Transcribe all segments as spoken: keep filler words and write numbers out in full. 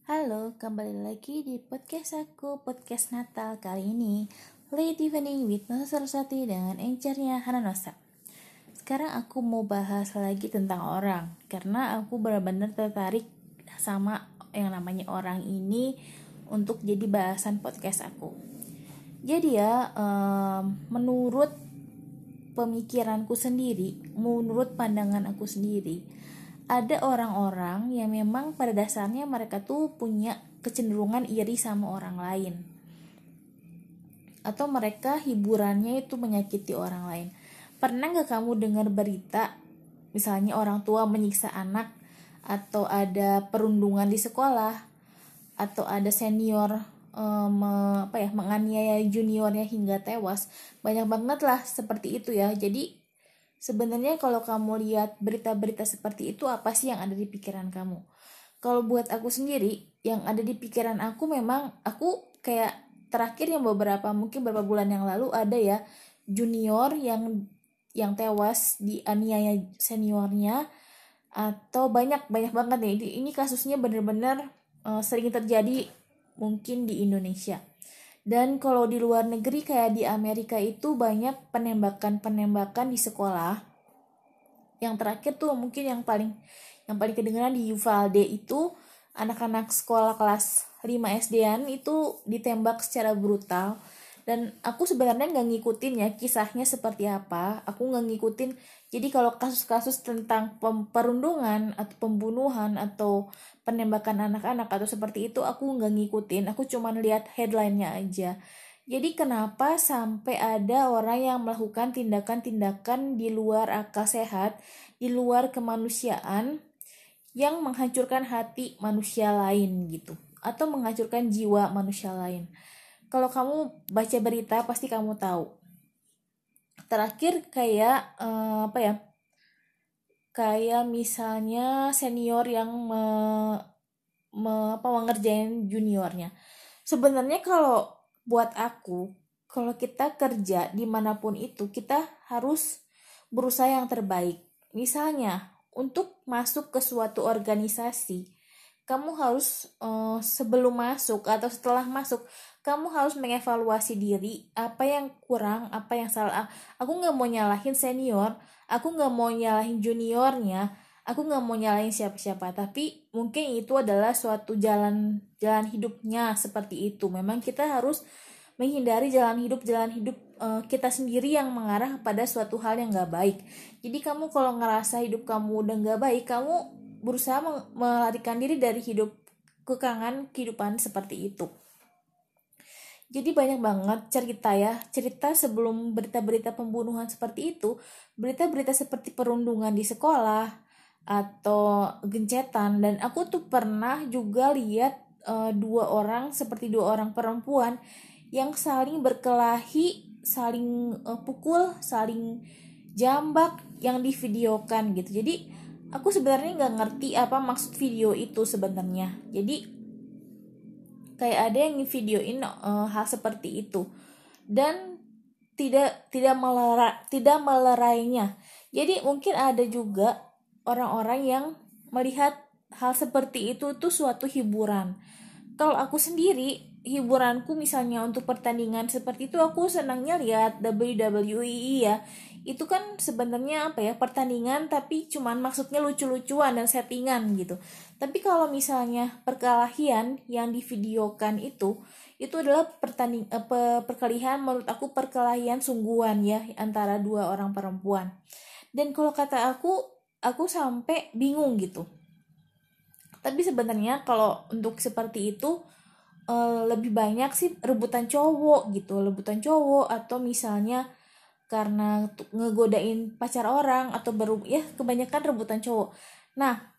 Halo, kembali lagi di podcast aku, podcast Natal kali ini. Late Evening with Nosa Saraswati dengan encernya Hana Nosa. Sekarang aku mau bahas lagi tentang orang, karena aku benar-benar tertarik sama yang namanya orang ini untuk jadi bahasan podcast aku. Jadi ya, um, menurut pemikiranku sendiri, menurut pandangan aku sendiri, ada orang-orang yang memang pada dasarnya mereka tuh punya kecenderungan iri sama orang lain, atau mereka hiburannya itu menyakiti orang lain. Pernah gak kamu dengar berita misalnya orang tua menyiksa anak, atau ada perundungan di sekolah, atau ada senior um, apa ya menganiaya juniornya hingga tewas? Banyak banget lah seperti itu ya. Jadi sebenarnya kalau kamu lihat berita-berita seperti itu, apa sih yang ada di pikiran kamu? Kalau buat aku sendiri, yang ada di pikiran aku memang aku kayak terakhir yang beberapa mungkin beberapa bulan yang lalu ada ya junior yang yang tewas dianiaya seniornya, atau banyak banyak banget nih. Ini kasusnya benar-benar uh, sering terjadi mungkin di Indonesia. Dan kalau di luar negeri kayak di Amerika itu banyak penembakan-penembakan di sekolah. Yang terakhir tuh mungkin yang paling yang paling kedengeran di Uvalde itu anak-anak sekolah kelas lima S D-an itu ditembak secara brutal. Dan aku sebenarnya nggak ngikutin ya kisahnya seperti apa. Aku nggak ngikutin. Jadi kalau kasus-kasus tentang perundungan atau pembunuhan atau penembakan anak-anak atau seperti itu aku nggak ngikutin. Aku cuma lihat headline-nya aja. Jadi kenapa sampai ada orang yang melakukan tindakan-tindakan di luar akal sehat, di luar kemanusiaan, yang menghancurkan hati manusia lain gitu, atau menghancurkan jiwa manusia lain. Kalau kamu baca berita pasti kamu tahu. Terakhir kayak eh, apa ya? Kayak misalnya senior yang me, me, apa, mengerjain juniornya. Sebenarnya kalau buat aku, kalau kita kerja dimanapun itu, kita harus berusaha yang terbaik. Misalnya, untuk masuk ke suatu organisasi, kamu harus uh, sebelum masuk atau setelah masuk, kamu harus mengevaluasi diri, apa yang kurang, apa yang salah. Aku gak mau nyalahin senior, aku gak mau nyalahin juniornya, aku gak mau nyalahin siapa-siapa, tapi mungkin itu adalah suatu jalan jalan hidupnya seperti itu. Memang kita harus menghindari jalan hidup jalan hidup uh, kita sendiri yang mengarah pada suatu hal yang gak baik. Jadi kamu kalau ngerasa hidup kamu udah gak baik, kamu berusaha melarikan diri dari hidup kekangan kehidupan seperti itu. Jadi banyak banget cerita ya, cerita sebelum berita-berita pembunuhan seperti itu, berita-berita seperti perundungan di sekolah atau gencetan. Dan aku tuh pernah juga lihat uh, dua orang, seperti dua orang perempuan yang saling berkelahi, saling uh, pukul, saling jambak yang divideokan gitu. Jadi aku sebenarnya nggak ngerti apa maksud video itu sebenarnya. Jadi kayak ada yang videoin uh, hal seperti itu dan tidak tidak melera, tidak melerainya. Jadi mungkin ada juga orang-orang yang melihat hal seperti itu tuh suatu hiburan. Kalau aku sendiri, hiburanku misalnya untuk pertandingan seperti itu, aku senangnya lihat W W E ya. Itu kan sebenarnya apa ya, pertandingan tapi cuman maksudnya lucu-lucuan dan settingan gitu. Tapi kalau misalnya perkelahian yang divideokan itu, itu adalah pertanding eh, perkelahian, menurut aku perkelahian sungguhan ya antara dua orang perempuan. Dan kalau kata aku, aku sampai bingung gitu. Tapi sebenarnya kalau untuk seperti itu uh, lebih banyak sih rebutan cowok gitu, rebutan cowok atau misalnya karena ngegodain pacar orang atau baru ya kebanyakan rebutan cowok. Nah,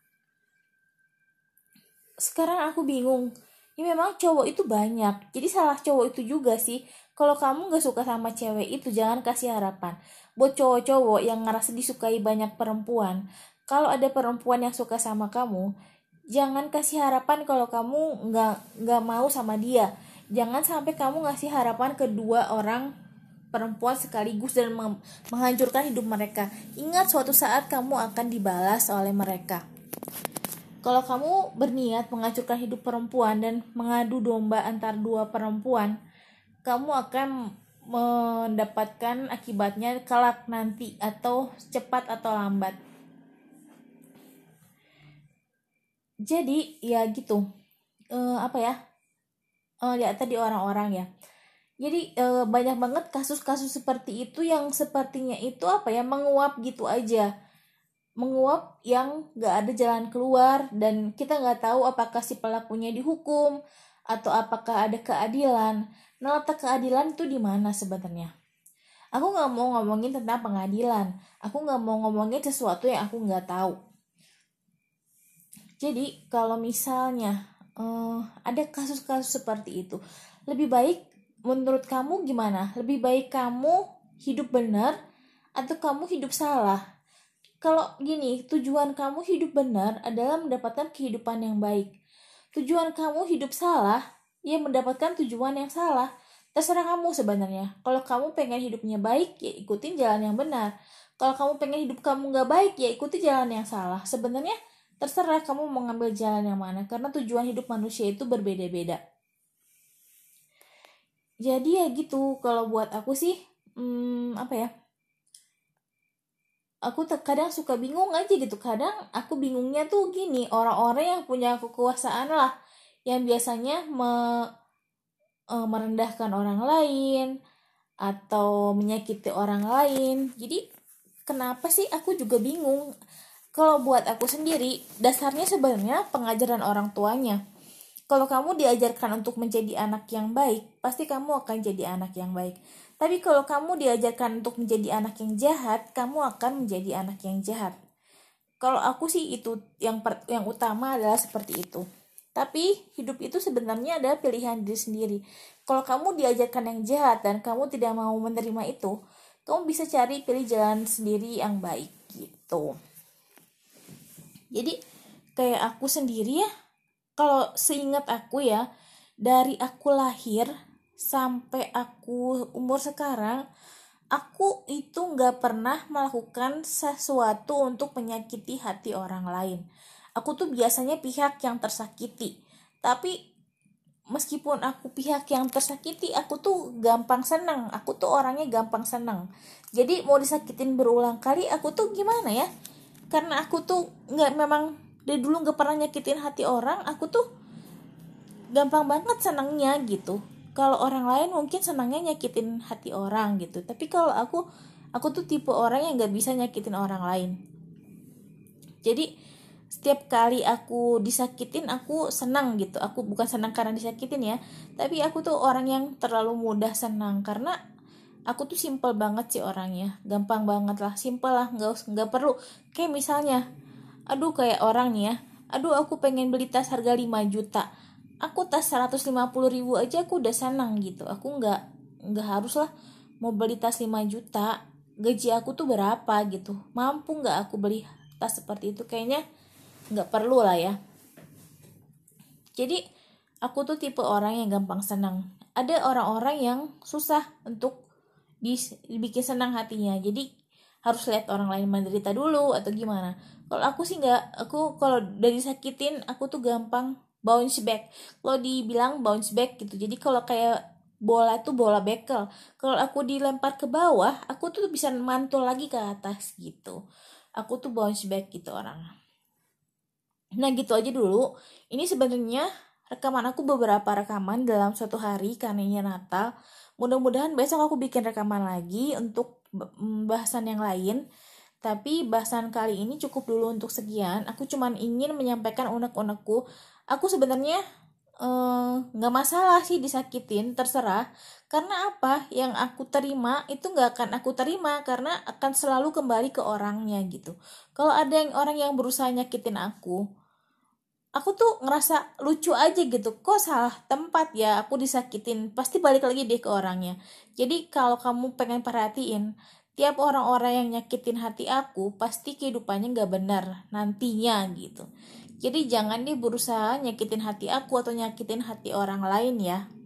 sekarang aku bingung. Ini memang cowok itu banyak. Jadi salah cowok itu juga sih. Kalau kamu gak suka sama cewek itu, jangan kasih harapan. Buat cowok-cowok yang ngerasa disukai banyak perempuan, kalau ada perempuan yang suka sama kamu, jangan kasih harapan kalau kamu nggak nggak mau sama dia. Jangan sampai kamu ngasih harapan ke dua orang perempuan sekaligus dan menghancurkan hidup mereka. Ingat suatu saat kamu akan dibalas oleh mereka. Kalau kamu berniat menghancurkan hidup perempuan dan mengadu domba antar dua perempuan, kamu akan mendapatkan akibatnya kelak nanti, atau cepat atau lambat. Jadi ya gitu, e, apa ya, e, lihat tadi orang-orang ya. Jadi e, banyak banget kasus-kasus seperti itu yang sepertinya itu apa ya, menguap gitu aja, menguap yang nggak ada jalan keluar, dan kita nggak tahu apakah si pelakunya dihukum atau apakah ada keadilan. Nah, letak keadilan itu di mana sebenarnya? Aku nggak mau ngomongin tentang pengadilan, aku nggak mau ngomongin sesuatu yang aku nggak tahu. Jadi kalau misalnya eh, ada kasus-kasus seperti itu, lebih baik menurut kamu gimana? Lebih baik kamu hidup benar atau kamu hidup salah? Kalau gini, tujuan kamu hidup benar adalah mendapatkan kehidupan yang baik. Tujuan kamu hidup salah, ya mendapatkan tujuan yang salah. Terserah kamu sebenarnya. Kalau kamu pengen hidupnya baik, ya ikutin jalan yang benar. Kalau kamu pengen hidup kamu gak baik, ya ikuti jalan yang salah. Sebenarnya terserah kamu mau ngambil jalan yang mana, karena tujuan hidup manusia itu berbeda-beda. Jadi ya gitu, kalau buat aku sih, hmm, apa ya, aku kadang suka bingung aja gitu. Kadang aku bingungnya tuh gini, orang-orang yang punya kekuasaan lah, yang biasanya me, e, merendahkan orang lain atau menyakiti orang lain. Jadi kenapa sih, aku juga bingung. Kalau buat aku sendiri, dasarnya sebenarnya pengajaran orang tuanya. Kalau kamu diajarkan untuk menjadi anak yang baik, pasti kamu akan jadi anak yang baik. Tapi kalau kamu diajarkan untuk menjadi anak yang jahat, kamu akan menjadi anak yang jahat. Kalau aku sih itu yang per, yang utama adalah seperti itu. Tapi hidup itu sebenarnya adalah pilihan diri sendiri. Kalau kamu diajarkan yang jahat dan kamu tidak mau menerima itu, kamu bisa cari pilih jalan sendiri yang baik gitu. Jadi kayak aku sendiri ya, kalau seingat aku ya, dari aku lahir sampai aku umur sekarang, aku itu gak pernah melakukan sesuatu untuk menyakiti hati orang lain. Aku tuh biasanya pihak yang tersakiti. Tapi meskipun aku pihak yang tersakiti, aku tuh gampang senang. Aku tuh orangnya gampang senang. Jadi mau disakitin berulang kali, aku tuh gimana ya, karena aku tuh nggak, memang dari dulu nggak pernah nyakitin hati orang, aku tuh gampang banget senangnya gitu. Kalau orang lain mungkin senangnya nyakitin hati orang gitu, tapi kalau aku aku tuh tipe orang yang nggak bisa nyakitin orang lain. Jadi setiap kali aku disakitin, aku senang gitu. Aku bukan senang karena disakitin ya, tapi aku tuh orang yang terlalu mudah senang, karena aku tuh simple banget sih orangnya, gampang banget lah, simple lah, nggak nggak perlu kayak misalnya, aduh kayak orang nih ya, aduh aku pengen beli tas harga lima juta, aku tas seratus lima puluh ribu aja aku udah senang gitu. Aku nggak nggak harus lah mau beli tas lima juta, gaji aku tuh berapa gitu, mampu nggak aku beli tas seperti itu, kayaknya nggak perlu lah ya. Jadi aku tuh tipe orang yang gampang senang. Ada orang-orang yang susah untuk dibikin senang hatinya, jadi harus lihat orang lain menderita dulu atau gimana. Kalau aku sih nggak, aku kalau dari sakitin aku tuh gampang bounce back. Kalau dibilang bounce back gitu, jadi kalau kayak bola tuh bola bekel, kalau aku dilempar ke bawah, aku tuh bisa mantul lagi ke atas gitu. Aku tuh bounce back gitu orang. Nah gitu aja dulu. Ini sebenarnya rekaman aku beberapa rekaman dalam suatu hari karena ini Natal. Mudah-mudahan besok aku bikin rekaman lagi untuk bahasan yang lain. Tapi bahasan kali ini cukup dulu untuk sekian. Aku cuman ingin menyampaikan unek-unekku. Aku sebenarnya nggak eh, masalah sih disakitin, terserah. Karena apa? Yang aku terima itu nggak akan aku terima, karena akan selalu kembali ke orangnya gitu. Kalau ada yang orang yang berusaha nyakitin aku, aku tuh ngerasa lucu aja gitu, kok salah tempat ya aku disakitin, pasti balik lagi deh ke orangnya. Jadi kalau kamu pengen perhatiin, tiap orang-orang yang nyakitin hati aku pasti kehidupannya gak benar nantinya gitu. Jadi jangan deh berusaha nyakitin hati aku atau nyakitin hati orang lain ya.